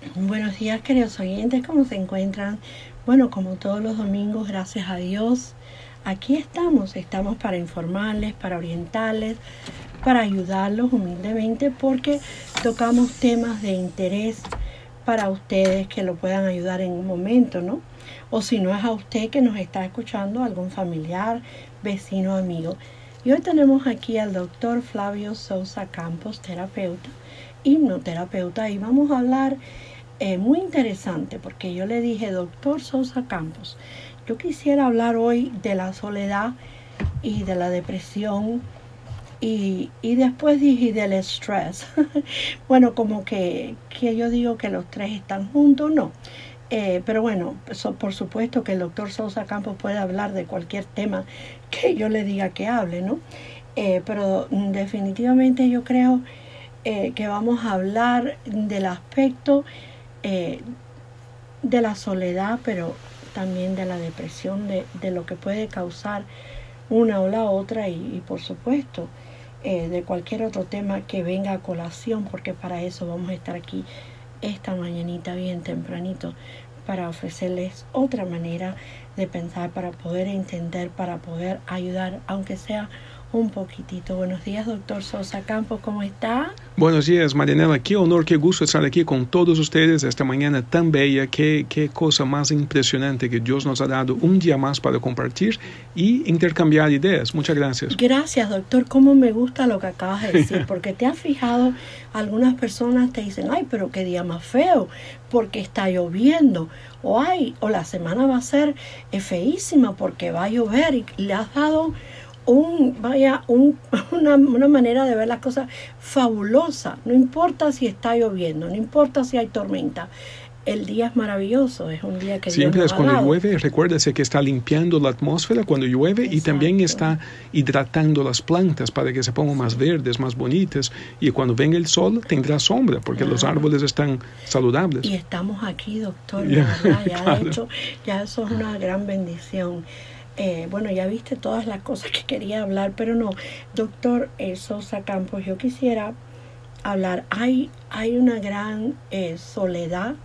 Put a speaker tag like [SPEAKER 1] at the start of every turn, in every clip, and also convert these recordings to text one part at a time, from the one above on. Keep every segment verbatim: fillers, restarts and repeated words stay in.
[SPEAKER 1] Buenos días, queridos oyentes, ¿cómo se encuentran? Bueno, como todos los domingos, gracias a Dios, aquí estamos, estamos para informarles, para orientarles, para ayudarlos humildemente, porque tocamos temas de interés para ustedes que lo puedan ayudar en un momento, ¿no? O si no es a usted que nos está escuchando, algún familiar, vecino, amigo. Y hoy tenemos aquí al doctor Flavio Sousa Campos, terapeuta, hipnoterapeuta, y vamos a hablar eh, muy interesante, porque yo le dije, doctor Sousa Campos, yo quisiera hablar hoy de la soledad y de la depresión, y, y después dije del estrés. Bueno, como que, que yo digo que los tres están juntos, no. Eh, pero bueno, so, por supuesto que el doctor Sousa Campos puede hablar de cualquier tema que yo le diga que hable, ¿no? Eh, pero definitivamente yo creo eh, que vamos a hablar del aspecto eh, de la soledad, pero también de la depresión, de, de lo que puede causar una o la otra, y, y por supuesto eh, de cualquier otro tema que venga a colación, porque para eso vamos a estar aquí esta mañanita bien tempranito, para ofrecerles otra manera de pensar, para poder entender, para poder ayudar, aunque sea un poquitito. Buenos días, doctor Sousa Campos, ¿cómo está?
[SPEAKER 2] Buenos días, Marianela. Qué honor, qué gusto estar aquí con todos ustedes esta mañana tan bella. Qué, qué cosa más impresionante que Dios nos ha dado un día más para compartir y intercambiar ideas. Muchas gracias.
[SPEAKER 1] Gracias, doctor. Cómo me gusta lo que acabas de decir, porque te has fijado, algunas personas te dicen, ay, pero qué día más feo, porque está lloviendo, o ay, o la semana va a ser eh, feísima porque va a llover, y le has dado un, vaya, un, una, una manera de ver las cosas fabulosa. No importa si está lloviendo, no importa si hay tormenta. El día es maravilloso, es un día que
[SPEAKER 2] siempre
[SPEAKER 1] Dios nos
[SPEAKER 2] es cuando
[SPEAKER 1] ha dado.
[SPEAKER 2] llueve, recuérdese que está limpiando la atmósfera cuando llueve. Exacto. Y también está hidratando las plantas para que se pongan más verdes, más bonitas, y cuando venga el sol tendrá sombra porque claro, los árboles están saludables.
[SPEAKER 1] Y estamos aquí, doctor,
[SPEAKER 2] yeah,
[SPEAKER 1] ¿verdad? Ya
[SPEAKER 2] claro.
[SPEAKER 1] De hecho, ya eso es una gran bendición. Eh, bueno, ya viste todas las cosas que quería hablar, pero no, doctor eh, Sousa Campos, yo quisiera hablar, hay, hay una gran eh, soledad,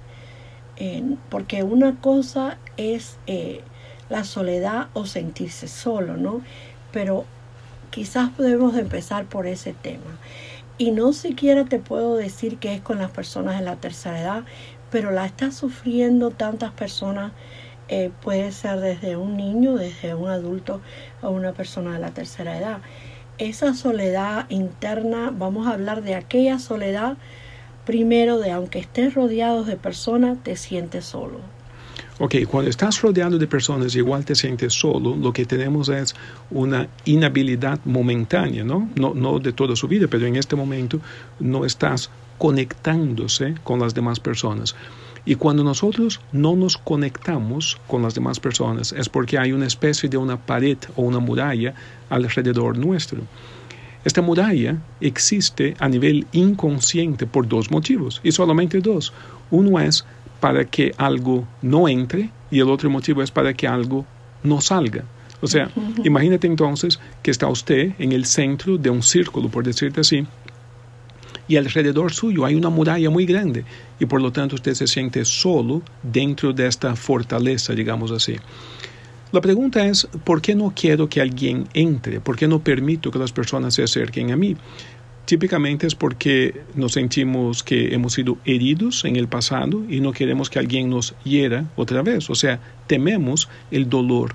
[SPEAKER 1] eh, porque una cosa es eh, la soledad o sentirse solo, ¿no? Pero quizás debemos de empezar por ese tema. Y no siquiera te puedo decir que es con las personas de la tercera edad, pero la está sufriendo tantas personas. Eh, puede ser desde un niño, desde un adulto o una persona de la tercera edad. Esa soledad interna, vamos a hablar de aquella soledad, primero de aunque estés rodeado de personas, te sientes solo.
[SPEAKER 2] Ok, cuando estás rodeado de personas igual te sientes solo, lo que tenemos es una inhabilidad momentánea, ¿no? No, no de toda su vida, pero en este momento no estás conectándose con las demás personas. Y cuando nosotros no nos conectamos con las demás personas es porque hay una especie de una pared o una muralla alrededor nuestro. Esta muralla existe a nivel inconsciente por dos motivos, y solamente dos. Uno es para que algo no entre y el otro motivo es para que algo no salga. O sea, uh-huh. Imagínate entonces que está usted en el centro de un círculo, por decirte así, y alrededor suyo hay una muralla muy grande y por lo tanto usted se siente solo dentro de esta fortaleza, digamos así. La pregunta es, ¿por qué no quiero que alguien entre? ¿Por qué no permito que las personas se acerquen a mí? Típicamente es porque nos sentimos que hemos sido heridos en el pasado y no queremos que alguien nos hiera otra vez. O sea, tememos el dolor.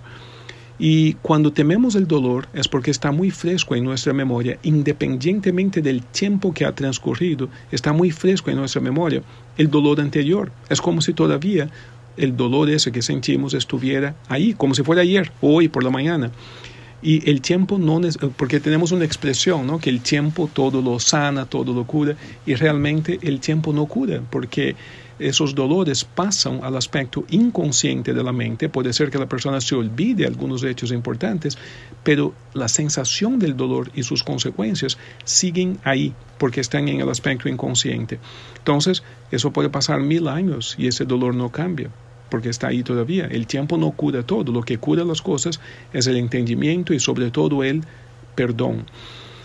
[SPEAKER 2] Y cuando tememos el dolor es porque está muy fresco en nuestra memoria, independientemente del tiempo que ha transcurrido, está muy fresco en nuestra memoria el dolor anterior. Es como si todavía el dolor ese que sentimos estuviera ahí, como si fuera ayer o hoy por la mañana. Y el tiempo no, porque tenemos una expresión, ¿no? Que el tiempo todo lo sana, todo lo cura, y realmente el tiempo no cura, porque esos dolores pasan al aspecto inconsciente de la mente. Puede ser que la persona se olvide algunos hechos importantes, pero la sensación del dolor y sus consecuencias siguen ahí porque están en el aspecto inconsciente. Entonces, eso puede pasar mil años y ese dolor no cambia porque está ahí todavía. El tiempo no cura todo. Lo que cura las cosas es el entendimiento y sobre todo el perdón.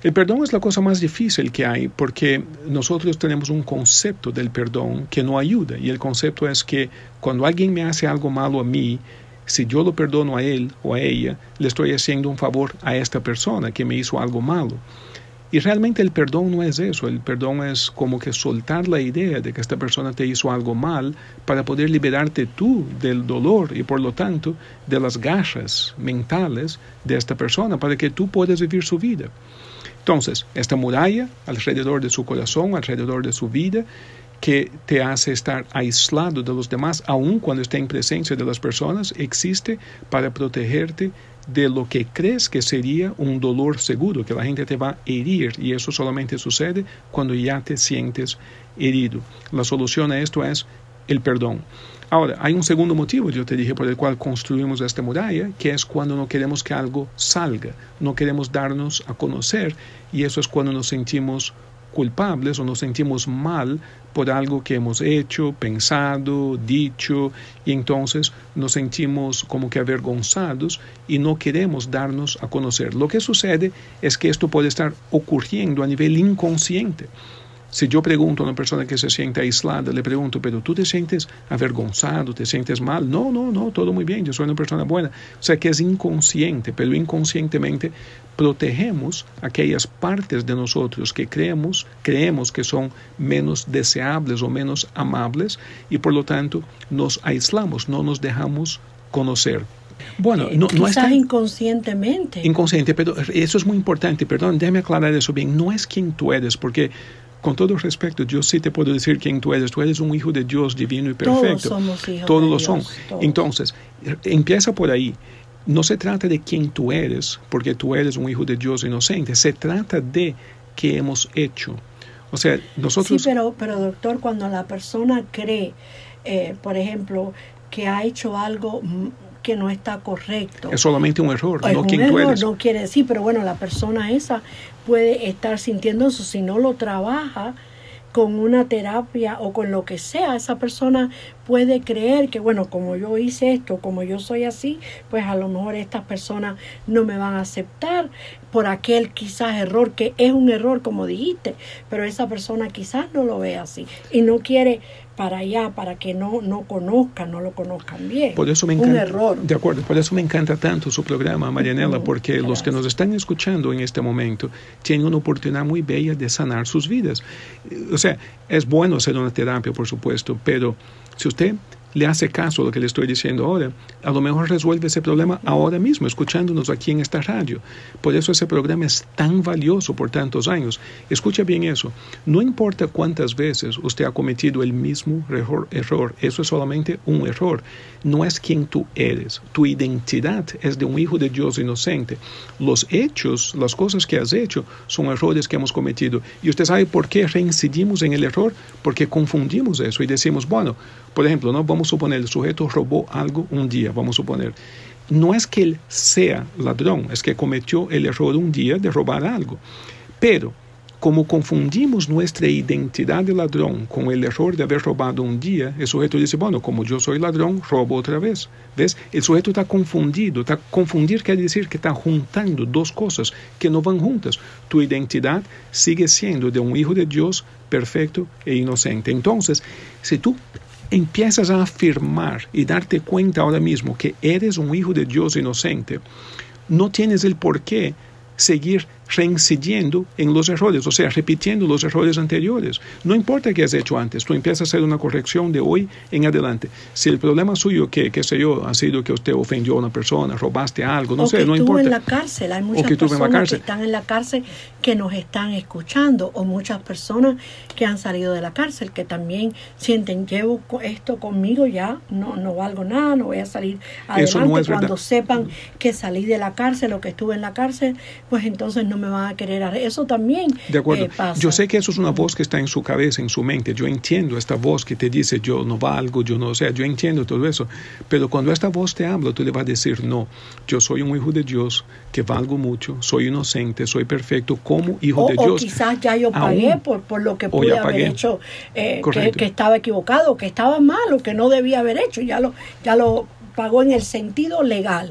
[SPEAKER 2] El perdón es la cosa más difícil que hay porque nosotros tenemos un concepto del perdón que no ayuda. Y el concepto es que cuando alguien me hace algo malo a mí, si yo lo perdono a él o a ella, le estoy haciendo un favor a esta persona que me hizo algo malo. Y realmente el perdón no es eso. El perdón es como que soltar la idea de que esta persona te hizo algo mal para poder liberarte tú del dolor y por lo tanto de las garras mentales de esta persona para que tú puedas vivir su vida. Entonces, esta muralla alrededor de su corazón, alrededor de su vida, que te hace estar aislado de los demás, aun cuando esté en presencia de las personas, existe para protegerte de lo que crees que sería un dolor seguro, que la gente te va a herir, y eso solamente sucede cuando ya te sientes herido. La solución a esto es el perdón. Ahora, hay un segundo motivo, yo te dije, por el cual construimos esta muralla, que es cuando no queremos que algo salga, no queremos darnos a conocer, y eso es cuando nos sentimos culpables o nos sentimos mal por algo que hemos hecho, pensado, dicho, y entonces nos sentimos como que avergonzados y no queremos darnos a conocer. Lo que sucede es que esto puede estar ocurriendo a nivel inconsciente. Si yo pregunto a una persona que se siente aislada, le pregunto, ¿pero tú te sientes avergonzado, te sientes mal? No, no, no, todo muy bien, yo soy una persona buena. O sea que es inconsciente, pero inconscientemente protegemos aquellas partes de nosotros que creemos, creemos que son menos deseables o menos amables y por lo tanto nos aislamos, no nos dejamos conocer. Bueno, no,
[SPEAKER 1] quizás
[SPEAKER 2] no es tan
[SPEAKER 1] inconscientemente.
[SPEAKER 2] Inconsciente, pero eso es muy importante, perdón, déjame aclarar eso bien, no es quien tú eres, porque con todo respeto, yo sí te puedo decir quién tú eres. Tú eres un hijo de Dios divino y perfecto.
[SPEAKER 1] Todos somos hijos
[SPEAKER 2] Todos
[SPEAKER 1] de
[SPEAKER 2] lo
[SPEAKER 1] Dios,
[SPEAKER 2] son.
[SPEAKER 1] todos.
[SPEAKER 2] Entonces, empieza por ahí. No se trata de quién tú eres, porque tú eres un hijo de Dios inocente. Se trata de qué hemos hecho. O sea, nosotros...
[SPEAKER 1] Sí, pero, pero doctor, cuando la persona cree, eh, por ejemplo, que ha hecho algo que no está correcto.
[SPEAKER 2] Es solamente un error,
[SPEAKER 1] es
[SPEAKER 2] no
[SPEAKER 1] un
[SPEAKER 2] quién
[SPEAKER 1] error,
[SPEAKER 2] tú eres.
[SPEAKER 1] No quiere decir, pero bueno, la persona esa puede estar sintiendo eso. Si no lo trabaja con una terapia o con lo que sea, esa persona puede creer que, bueno, como yo hice esto, como yo soy así, pues a lo mejor estas personas no me van a aceptar por aquel quizás error, que es un error como dijiste, pero esa persona quizás no lo ve así y no quiere para allá, para que no, no conozcan, no lo conozcan bien.
[SPEAKER 2] Por eso me encanta,
[SPEAKER 1] un error.
[SPEAKER 2] De acuerdo, por eso me encanta tanto su programa, Marianela, porque Gracias. Los que nos están escuchando en este momento tienen una oportunidad muy bella de sanar sus vidas. O sea, es bueno hacer una terapia, por supuesto, pero si usted le hace caso a lo que le estoy diciendo ahora, a lo mejor resuelve ese problema ahora mismo, escuchándonos aquí en esta radio. Por eso ese programa es tan valioso por tantos años. Escucha bien eso. No importa cuántas veces usted ha cometido el mismo error, error, eso es solamente un error. No es quien tú eres. Tu identidad es de un hijo de Dios inocente. Los hechos, las cosas que has hecho, son errores que hemos cometido. Y usted sabe por qué reincidimos en el error, porque confundimos eso y decimos, bueno, por ejemplo, no vamos a suponer, el sujeto robó algo un día, vamos a suponer. No es que él sea ladrón, es que cometió el error un día de robar algo. Pero, como confundimos nuestra identidad de ladrón con el error de haber robado un día, el sujeto dice, bueno, como yo soy ladrón, robo otra vez. ¿Ves? El sujeto está confundido. Está, confundir quiere decir que está juntando dos cosas que no van juntas. Tu identidad sigue siendo de un hijo de Dios perfecto e inocente. Entonces, si tú empiezas a afirmar y darte cuenta ahora mismo que eres un hijo de Dios inocente, no tienes el por qué seguir reincidiendo en los errores, o sea, repitiendo los errores anteriores. No importa qué has hecho antes, tú empiezas a hacer una corrección de hoy en adelante. Si el problema suyo, que, qué sé yo, ha sido que usted ofendió a una persona, robaste algo, no
[SPEAKER 1] o
[SPEAKER 2] sé,
[SPEAKER 1] que
[SPEAKER 2] no
[SPEAKER 1] estuvo
[SPEAKER 2] importa.
[SPEAKER 1] en la cárcel, hay muchas
[SPEAKER 2] que
[SPEAKER 1] personas
[SPEAKER 2] cárcel.
[SPEAKER 1] que están en la cárcel que nos están escuchando, o muchas personas que han salido de la cárcel, que también sienten, llevo esto conmigo, ya no, no valgo nada, no voy a salir adelante.
[SPEAKER 2] Eso no es
[SPEAKER 1] Cuando
[SPEAKER 2] verdad.
[SPEAKER 1] sepan que salí de la cárcel o que estuve en la cárcel, pues entonces no me van a querer. Eso también
[SPEAKER 2] De acuerdo.
[SPEAKER 1] Eh, pasa.
[SPEAKER 2] Yo sé que eso es una voz que está en su cabeza, en su mente. Yo entiendo esta voz que te dice yo no valgo, yo no, o sea, yo entiendo todo eso. Pero cuando esta voz te habla, tú le vas a decir no, yo soy un hijo de Dios que valgo mucho, soy inocente, soy perfecto como hijo
[SPEAKER 1] o,
[SPEAKER 2] de Dios.
[SPEAKER 1] O quizás ya yo pagué
[SPEAKER 2] Aún,
[SPEAKER 1] por, por lo que pude haber
[SPEAKER 2] pagué.
[SPEAKER 1] hecho, eh, que, que estaba equivocado, que estaba mal o que no debía haber hecho, ya lo, ya lo pagó en el sentido legal.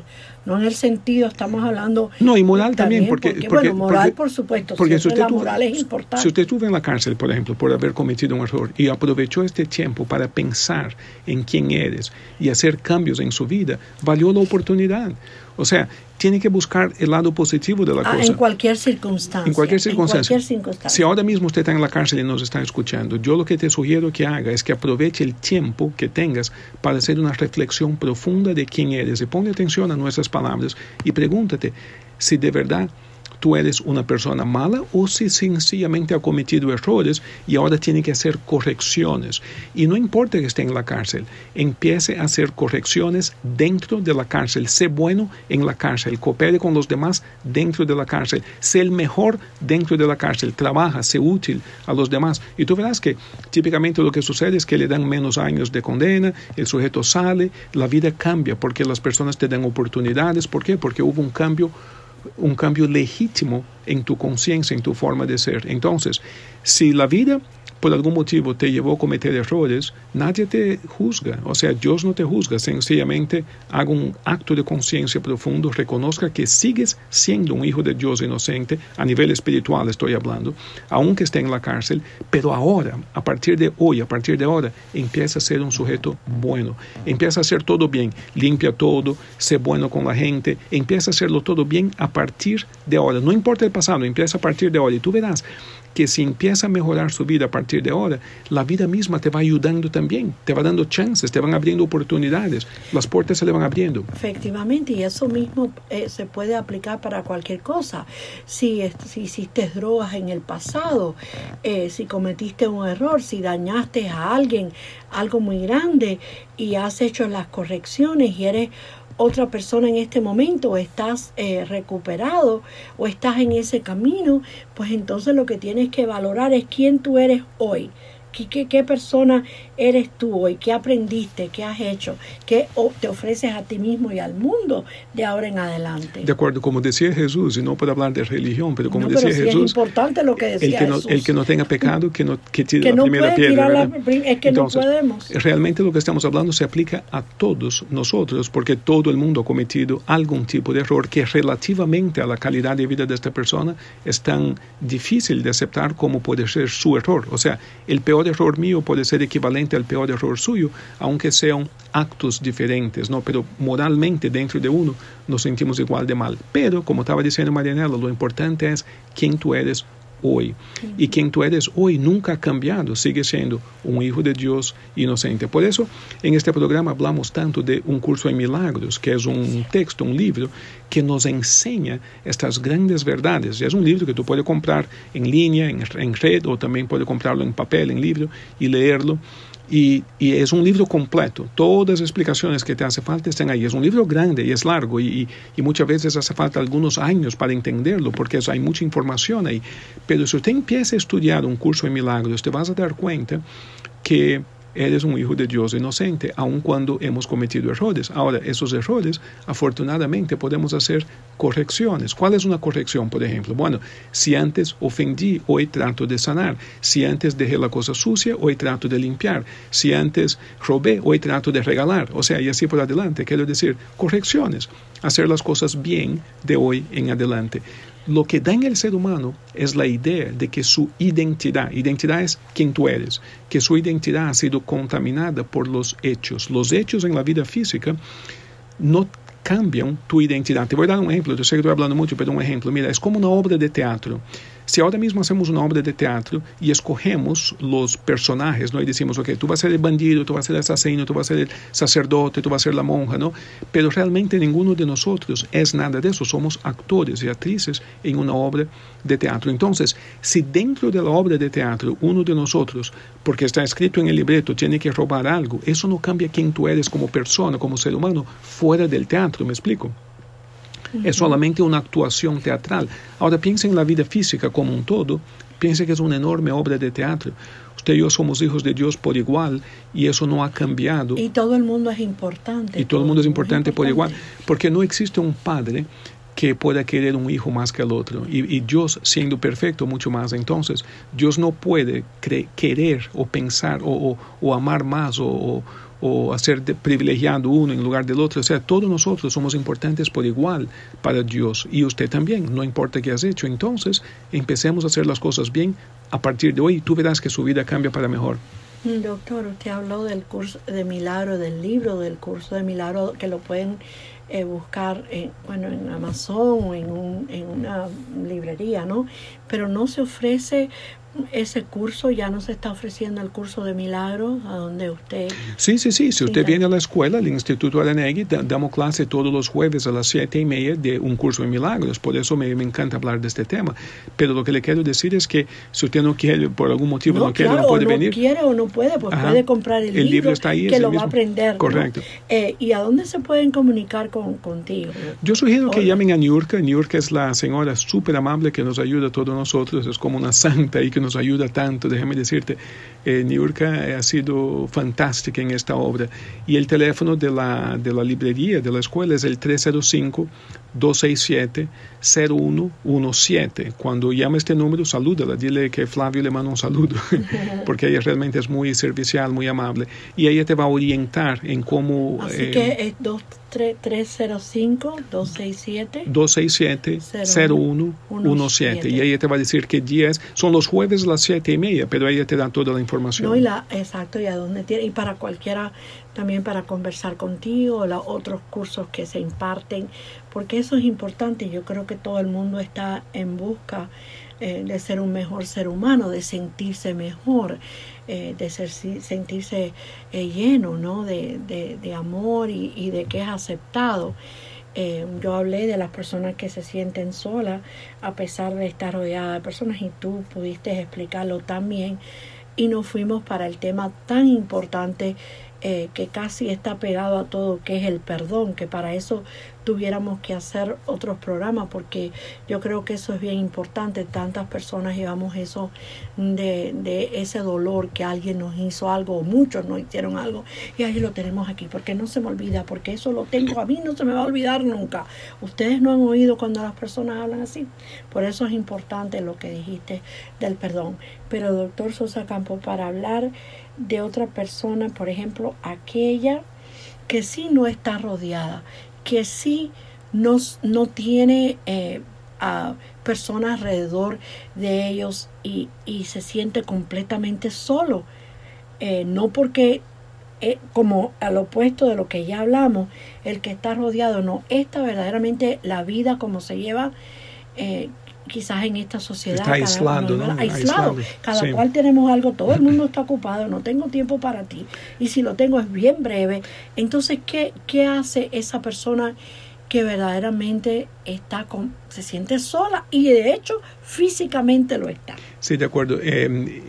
[SPEAKER 1] no en el sentido, estamos hablando...
[SPEAKER 2] No, y moral también, porque,
[SPEAKER 1] porque,
[SPEAKER 2] porque...
[SPEAKER 1] Bueno, moral,
[SPEAKER 2] porque,
[SPEAKER 1] por supuesto,
[SPEAKER 2] porque si usted
[SPEAKER 1] la
[SPEAKER 2] tuvo,
[SPEAKER 1] moral es importante.
[SPEAKER 2] Si usted estuvo en la cárcel, por ejemplo, por haber cometido un error y aprovechó este tiempo para pensar en quién eres y hacer cambios en su vida, valió la oportunidad. O sea, tiene que buscar el lado positivo de la
[SPEAKER 1] ah,
[SPEAKER 2] cosa.
[SPEAKER 1] En cualquier circunstancia.
[SPEAKER 2] En cualquier circunstancia.
[SPEAKER 1] En cualquier circunstancia.
[SPEAKER 2] Si ahora mismo usted está en la cárcel y nos está escuchando, yo lo que te sugiero que haga es que aproveche el tiempo que tengas para hacer una reflexión profunda de quién eres y ponle atención a nuestras palabras y pregúntate si de verdad tú eres una persona mala o si sencillamente ha cometido errores y ahora tiene que hacer correcciones. Y no importa que esté en la cárcel, empiece a hacer correcciones dentro de la cárcel. Sé bueno en la cárcel, coopere con los demás dentro de la cárcel, sé el mejor dentro de la cárcel, trabaja, sé útil a los demás. Y tú verás que típicamente lo que sucede es que le dan menos años de condena, el sujeto sale, la vida cambia porque las personas te dan oportunidades. ¿Por qué? Porque hubo un cambio un cambio legítimo en tu conciencia, en tu forma de ser. Entonces, si la vida por algún motivo te llevó a cometer errores, nadie te juzga, o sea, Dios no te juzga, sencillamente haga un acto de conciencia profundo, reconozca que sigues siendo un hijo de Dios inocente, a nivel espiritual estoy hablando, aunque esté en la cárcel, pero ahora, a partir de hoy, a partir de ahora, empieza a ser un sujeto bueno, empieza a hacer todo bien, limpia todo, sé bueno con la gente, empieza a hacerlo todo bien a partir de ahora, no importa el pasado, empieza a partir de ahora y tú verás que si empieza a mejorar su vida a partir de ahora, la vida misma te va ayudando también, te va dando chances, te van abriendo oportunidades, las puertas se le van abriendo.
[SPEAKER 1] Efectivamente, y eso mismo eh, se puede aplicar para cualquier cosa. Si, si hiciste drogas en el pasado, eh, si cometiste un error, si dañaste a alguien, algo muy grande, y has hecho las correcciones y eres otra persona en este momento, o estás eh, recuperado o estás en ese camino, pues entonces lo que tienes que valorar es quién tú eres hoy. ¿Qué, qué, qué persona eres tú hoy? ¿Qué aprendiste? ¿Qué has hecho? ¿Qué te ofreces a ti mismo y al mundo de ahora en adelante?
[SPEAKER 2] De acuerdo, como decía Jesús, y no para hablar de religión, pero como
[SPEAKER 1] no,
[SPEAKER 2] decía
[SPEAKER 1] pero sí
[SPEAKER 2] Jesús,
[SPEAKER 1] es importante lo que decía
[SPEAKER 2] el que, no,
[SPEAKER 1] Jesús.
[SPEAKER 2] el que no tenga pecado, que, no, que tire
[SPEAKER 1] que
[SPEAKER 2] la
[SPEAKER 1] no
[SPEAKER 2] primera piedra.
[SPEAKER 1] La, es que Entonces, no podemos.
[SPEAKER 2] Realmente lo que estamos hablando se aplica a todos nosotros, porque todo el mundo ha cometido algún tipo de error que relativamente a la calidad de vida de esta persona es tan difícil de aceptar como puede ser su error. O sea, el peor error mío puede ser equivalente al peor error suyo, aunque sean actos diferentes, ¿no? Pero moralmente dentro de uno nos sentimos igual de mal. Pero, como estaba diciendo Marianela, lo importante es quién tú eres hoy. Y quien tú eres hoy nunca ha cambiado, sigue siendo un hijo de Dios inocente. Por eso, en este programa hablamos tanto de un curso en milagros, que es un texto, un libro, que nos enseña estas grandes verdades. Es un libro que tú puedes comprar en línea, en, en red, o también puedes comprarlo en papel, en libro, y leerlo. Y, y es un libro completo, todas las explicaciones que te hace falta están ahí. Es un libro grande y es largo y, y, y muchas veces hace falta algunos años para entenderlo porque eso, hay mucha información ahí. Pero si usted empieza a estudiar un curso en milagros, te vas a dar cuenta que eres un hijo de Dios inocente, aun cuando hemos cometido errores. Ahora, esos errores, afortunadamente, podemos hacer correcciones. ¿Cuál es una corrección, por ejemplo? Bueno, si antes ofendí, hoy trato de sanar. Si antes dejé la cosa sucia, hoy trato de limpiar. Si antes robé, hoy trato de regalar. O sea, y así por adelante. Quiero decir, correcciones. Hacer las cosas bien de hoy en adelante. Lo que da en el ser humano es la idea de que su identidad, identidad es quien tú eres, que su identidad ha sido contaminada por los hechos. Los hechos en la vida física no cambian tu identidad. Te voy a dar un ejemplo, yo sé que estoy hablando mucho, pero un ejemplo. Mira, es como una obra de teatro. Si ahora mismo hacemos una obra de teatro y escogemos los personajes, ¿no? Y decimos, ok, tú vas a ser el bandido, tú vas a ser el asesino, tú vas a ser el sacerdote, tú vas a ser la monja, ¿no? Pero realmente ninguno de nosotros es nada de eso. Somos actores y actrices en una obra de teatro. Entonces, si dentro de la obra de teatro uno de nosotros, porque está escrito en el libreto, tiene que robar algo, eso no cambia quién tú eres como persona, como ser humano, fuera del teatro, ¿me explico? Es solamente una actuación teatral. Ahora piensa en la vida física como un todo, piensa que es una enorme obra de teatro. Usted y yo somos hijos de Dios por igual y eso no ha cambiado.
[SPEAKER 1] Y todo el mundo es importante.
[SPEAKER 2] Y todo el mundo es importante, es importante por igual, porque no existe un padre que pueda querer un hijo más que el otro. Y, y Dios, siendo perfecto, mucho más. Entonces, Dios no puede cre- querer o pensar o, o, o amar más o, o, o hacer de privilegiado uno en lugar del otro. O sea, todos nosotros somos importantes por igual para Dios. Y usted también, no importa qué has hecho. Entonces, empecemos a hacer las cosas bien a partir de hoy. Tú verás que su vida cambia para mejor.
[SPEAKER 1] Doctor, usted habló del curso de milagro, del libro del curso de milagro, que lo pueden eh, buscar en, bueno, en Amazon o en, un, en una librería, ¿no? Pero no se ofrece ese curso, ya no se está ofreciendo el curso de milagro a donde usted...
[SPEAKER 2] Sí, sí, sí. Si usted
[SPEAKER 1] sí,
[SPEAKER 2] viene a la escuela, al Instituto Aranegui, da, damos clase todos los jueves a las siete y media de un curso de milagros. Por eso me, me encanta hablar de este tema. Pero lo que le quiero decir es que si usted no quiere, por algún motivo no, no quiere,
[SPEAKER 1] claro,
[SPEAKER 2] no puede
[SPEAKER 1] o no
[SPEAKER 2] venir.
[SPEAKER 1] quiere o no puede, pues Ajá. puede comprar el,
[SPEAKER 2] el
[SPEAKER 1] libro,
[SPEAKER 2] libro está ahí,
[SPEAKER 1] que lo
[SPEAKER 2] mismo.
[SPEAKER 1] va a aprender.
[SPEAKER 2] Correcto.
[SPEAKER 1] ¿No? Eh, ¿Y a dónde se pueden comunicar con, contigo?
[SPEAKER 2] Yo sugiero que
[SPEAKER 1] Hola.
[SPEAKER 2] llamen a Niurka. Niurka es la señora súper amable que nos ayuda a todos nosotros. Es como una santa y que nos ayuda tanto. Déjame decirte, eh, Niurka ha sido fantástica en esta obra. Y el teléfono de la, de la librería, de la escuela, es el tres cero cinco, dos seis siete, cero uno uno siete. Cuando llama este número, salúdala, dile que Flavio le manda un saludo, porque ella realmente es muy servicial, muy amable. Y ella te va a orientar en cómo...
[SPEAKER 1] Así
[SPEAKER 2] eh,
[SPEAKER 1] que es tres cero cinco, dos seis siete,
[SPEAKER 2] dos seis siete, cero uno uno siete. Y ella te va a decir qué día es. Son los jueves a las siete y media, pero ella te da toda la información.
[SPEAKER 1] No, y la, exacto, y a dónde tiene, y para cualquiera, también para conversar contigo, los otros cursos que se imparten, porque eso es importante. Yo creo que todo el mundo está en busca eh, de ser un mejor ser humano, de sentirse mejor, eh, de ser, sentirse eh, lleno, ¿no? de, de, de amor y, y de que es aceptado. Eh, yo hablé de las personas que se sienten solas a pesar de estar rodeadas de personas, y tú pudiste explicarlo también, y nos fuimos para el tema tan importante eh, que casi está pegado a todo, que es el perdón, que para eso tuviéramos que hacer otros programas, porque yo creo que eso es bien importante. Tantas personas llevamos eso de, de ese dolor, que alguien nos hizo algo, o muchos nos hicieron algo, y ahí lo tenemos aquí, porque no se me olvida, porque eso lo tengo, a mí no se me va a olvidar nunca. Ustedes no han oído cuando las personas hablan así. Por eso es importante lo que dijiste del perdón. Pero doctor Sosa Campos, para hablar de otra persona, por ejemplo, aquella que sí no está rodeada, que sí no, no tiene eh, a personas alrededor de ellos y, y se siente completamente solo. Eh, no porque, eh, como al opuesto de lo que ya hablamos, el que está rodeado, no. Esta verdaderamente la vida como se lleva, eh, quizás en esta sociedad.
[SPEAKER 2] Está aislado,
[SPEAKER 1] cada,
[SPEAKER 2] ¿no?
[SPEAKER 1] Aislado.
[SPEAKER 2] Aislado.
[SPEAKER 1] Cada
[SPEAKER 2] Sí.
[SPEAKER 1] cual tenemos algo, todo el mundo está ocupado, no tengo tiempo para ti. Y si lo tengo es bien breve. Entonces, ¿qué, qué hace esa persona que verdaderamente está con, se siente sola y de hecho físicamente lo está?
[SPEAKER 2] Sí, de acuerdo. Eh,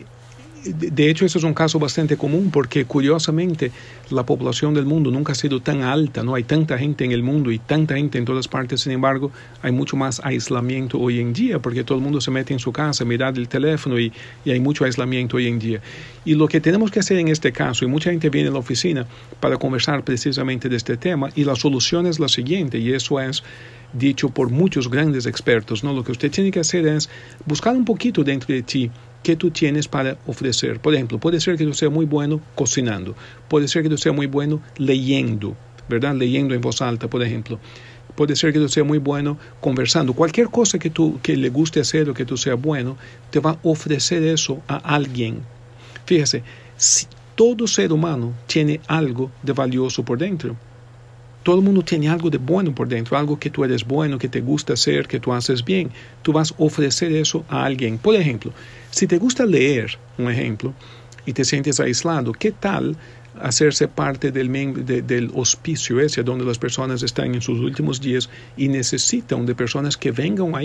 [SPEAKER 2] De hecho, eso es un caso bastante común porque, curiosamente, la población del mundo nunca ha sido tan alta, no hay tanta gente en el mundo y tanta gente en todas partes. Sin embargo, hay mucho más aislamiento hoy en día porque todo el mundo se mete en su casa a mirar el teléfono y, y hay mucho aislamiento hoy en día. Y lo que tenemos que hacer en este caso, y mucha gente viene a la oficina para conversar precisamente de este tema, y la solución es la siguiente, y eso es dicho por muchos grandes expertos, ¿no? Lo que usted tiene que hacer es buscar un poquito dentro de ti qué tú tienes para ofrecer. Por ejemplo, puede ser que tú seas muy bueno cocinando, puede ser que tú seas muy bueno leyendo, ¿verdad? Leyendo en voz alta, por ejemplo. Puede ser que tú seas muy bueno conversando. Cualquier cosa que tú que le guste hacer o que tú seas bueno, te va a ofrecer eso a alguien. Fíjese, si todo ser humano tiene algo de valioso por dentro. Todo el mundo tiene algo de bueno por dentro, algo que tú eres bueno, que te gusta hacer, que tú haces bien. Tú vas a ofrecer eso a alguien. Por ejemplo, si te gusta leer, un ejemplo, y te sientes aislado, ¿qué tal hacerse parte del, de, del hospicio ese donde las personas están en sus últimos días y necesitan de personas que vengan ahí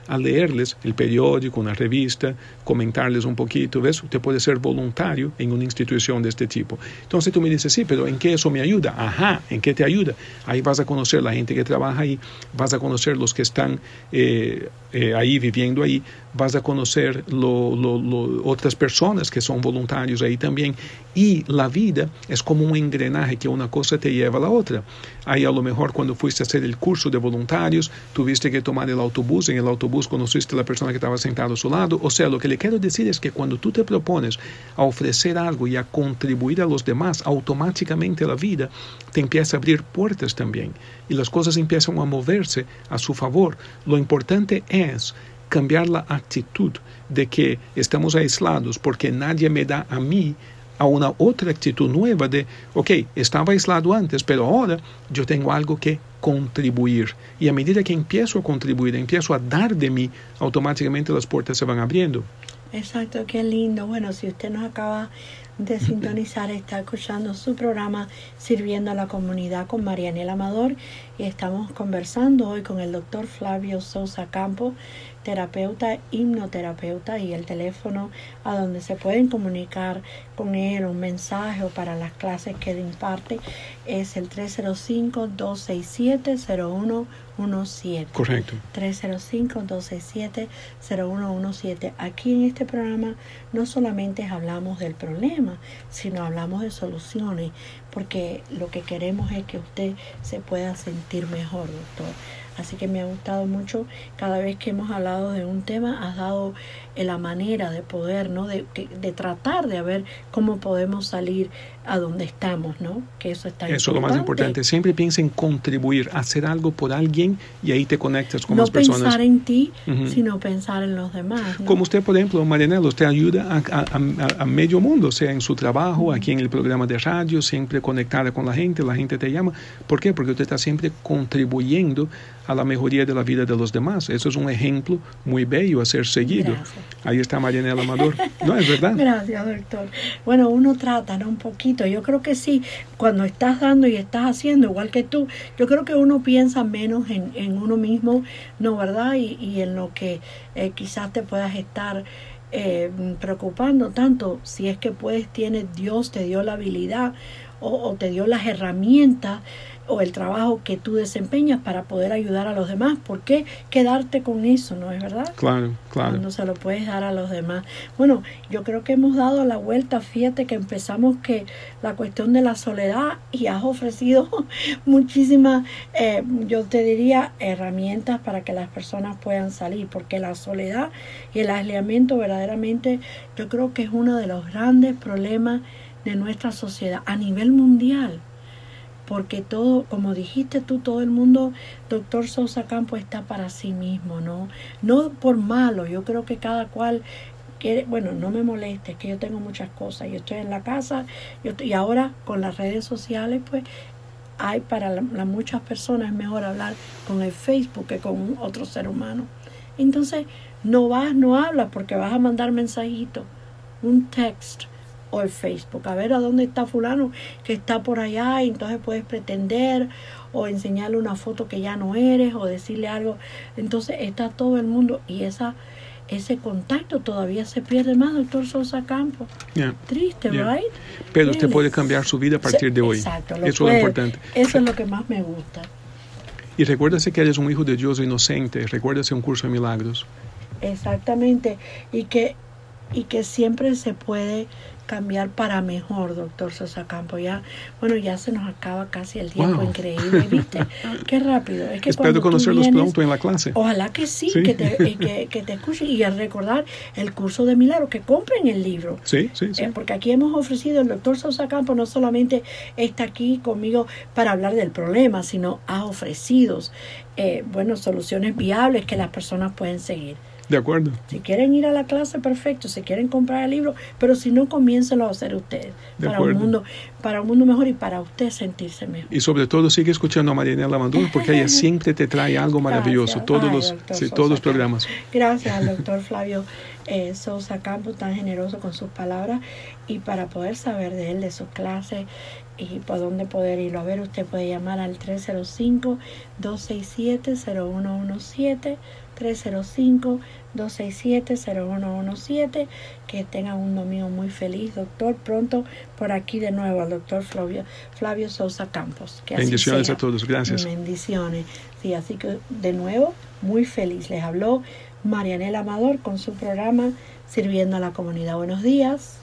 [SPEAKER 2] a leerles el periódico, una revista, comentarles un poquito, ¿ves? Usted puede ser voluntario en una institución de este tipo. Entonces tú me dices, sí, pero ¿en qué eso me ayuda? Ajá, ¿en qué te ayuda? Ahí vas a conocer la gente que trabaja ahí, vas a conocer los que están eh, eh, ahí viviendo ahí, vas a conocer lo, lo, lo, otras personas que son voluntarios ahí también. Y la vida es como un engranaje que una cosa te lleva a la otra. Ahí a lo mejor cuando fuiste a hacer el curso de voluntarios, tuviste que tomar el autobús, en el autobús conociste a la persona que estaba sentada a su lado. O sea, lo que le quiero decir es que cuando tú te propones a ofrecer algo y a contribuir a los demás, automáticamente la vida te empieza a abrir puertas también. Y las cosas empiezan a moverse a su favor. Lo importante es cambiar la actitud de que estamos aislados porque nadie me da a mí, a una otra actitud nueva de, ok, estaba aislado antes, pero ahora yo tengo algo que contribuir. Y a medida que empiezo a contribuir, empiezo a dar de mí, automáticamente las puertas se van abriendo.
[SPEAKER 1] Exacto, qué lindo. Bueno, si usted nos acaba de sintonizar, está escuchando su programa Sirviendo a la Comunidad con Marianela Amador y estamos conversando hoy con el doctor Flavio Sousa Campos, terapeuta, hipnoterapeuta, y el teléfono a donde se pueden comunicar con él, un mensaje o para las clases que imparte es el tres cero cinco, dos seis siete, cero uno uno siete.
[SPEAKER 2] Correcto.
[SPEAKER 1] tres cero cinco, dos seis siete, cero uno uno siete. Aquí en este programa no solamente hablamos del problema, sino hablamos de soluciones, porque lo que queremos es que usted se pueda sentir mejor, doctor. Así que me ha gustado mucho cada vez que hemos hablado de un tema, has dado la manera de poder, ¿no? De, de tratar de ver cómo podemos salir a donde estamos, ¿no? Que eso está
[SPEAKER 2] Eso es lo más importante. Siempre piensa en contribuir, hacer algo por alguien y ahí te conectas con
[SPEAKER 1] no
[SPEAKER 2] las personas.
[SPEAKER 1] No pensar en ti,
[SPEAKER 2] uh-huh.
[SPEAKER 1] sino pensar en los demás, ¿no?
[SPEAKER 2] Como usted, por ejemplo, Marianela, usted ayuda a, a, a, a medio mundo, o sea, en su trabajo, uh-huh. aquí en el programa de radio, siempre conectada con la gente, la gente te llama. ¿Por qué? Porque usted está siempre contribuyendo a la mejoría de la vida de los demás. Eso es un ejemplo muy bello a ser seguido.
[SPEAKER 1] Gracias.
[SPEAKER 2] Ahí está Marianela Amador. No, es verdad.
[SPEAKER 1] Gracias, doctor. Bueno, uno trata, ¿no? Un poquito. Yo creo que sí, cuando estás dando y estás haciendo, igual que tú, yo creo que uno piensa menos en, en uno mismo, ¿no? ¿Verdad? Y, y en lo que eh, quizás te puedas estar eh, preocupando tanto. Si es que puedes, tienes, Dios te dio la habilidad o, o te dio las herramientas o el trabajo que tú desempeñas para poder ayudar a los demás. ¿Por qué quedarte con eso, no es verdad?
[SPEAKER 2] Claro, claro.
[SPEAKER 1] Cuando se lo puedes dar a los demás. Bueno, yo creo que hemos dado la vuelta. Fíjate que empezamos que la cuestión de la soledad y has ofrecido muchísimas, eh, yo te diría, herramientas para que las personas puedan salir, porque la soledad y el aislamiento verdaderamente yo creo que es uno de los grandes problemas de nuestra sociedad a nivel mundial. Porque todo, como dijiste tú, todo el mundo, doctor Sousa Campos, está para sí mismo, ¿no? No por malo, yo creo que cada cual quiere, bueno, no me moleste, es que yo tengo muchas cosas, yo estoy en la casa, yo estoy, y ahora con las redes sociales, pues, hay para la, la muchas personas es mejor hablar con el Facebook que con otro ser humano. Entonces, no vas, no hablas, porque vas a mandar mensajitos, un text, o el Facebook, a ver a dónde está fulano que está por allá, y entonces puedes pretender o enseñarle una foto que ya no eres o decirle algo. Entonces está todo el mundo y esa ese contacto todavía se pierde más, doctor Sousa Campos. Yeah. Triste,
[SPEAKER 2] yeah.
[SPEAKER 1] right?
[SPEAKER 2] Pero usted puede cambiar su vida a partir de hoy.
[SPEAKER 1] Exacto,
[SPEAKER 2] eso
[SPEAKER 1] puede.
[SPEAKER 2] Es lo importante.
[SPEAKER 1] Eso es lo que más me gusta.
[SPEAKER 2] Y recuérdese que eres un hijo de Dios inocente. Recuérdese un curso de milagros.
[SPEAKER 1] Exactamente. Y que, y que siempre se puede cambiar para mejor, doctor Sousa Campos. Ya, bueno, ya se nos acaba casi el tiempo. Wow. Increíble, ¿viste? Qué rápido. Es que
[SPEAKER 2] espero conocerlos vienes, pronto en la clase.
[SPEAKER 1] Ojalá que sí, sí. Que, te, que, que te escuchen y a recordar el curso de milagros, que compren el libro.
[SPEAKER 2] Sí, sí, sí.
[SPEAKER 1] Eh, porque aquí hemos ofrecido, el doctor Sousa Campos no solamente está aquí conmigo para hablar del problema, sino ha ofrecido, eh, bueno, soluciones viables que las personas pueden seguir.
[SPEAKER 2] De acuerdo.
[SPEAKER 1] Si quieren ir a la clase, perfecto. Si quieren comprar el libro, pero si no, comiéncenlo a hacer ustedes.
[SPEAKER 2] De
[SPEAKER 1] para
[SPEAKER 2] acuerdo.
[SPEAKER 1] un mundo, para un mundo mejor y para usted sentirse mejor.
[SPEAKER 2] Y sobre todo sigue escuchando a Marianela Amador, porque ella siempre te trae algo maravilloso.
[SPEAKER 1] Gracias.
[SPEAKER 2] todos
[SPEAKER 1] Ay,
[SPEAKER 2] los, sí, todos los programas.
[SPEAKER 1] Gracias al doctor Flavio eh, Sousa Campos, tan generoso con sus palabras, y para poder saber de él, de sus clases y por dónde poder irlo a ver, usted puede llamar al tres cero cinco, dos seis siete, cero uno uno siete, tres cero cinco, dos seis siete, cero uno uno siete. Que tengan un domingo muy feliz, doctor. Pronto por aquí de nuevo al doctor Flavio, Flavio Sousa Campos. Que
[SPEAKER 2] bendiciones a todos, gracias.
[SPEAKER 1] Bendiciones. Sí, así que de nuevo, muy feliz. Les habló Marianela Amador con su programa Sirviendo a la Comunidad. Buenos días.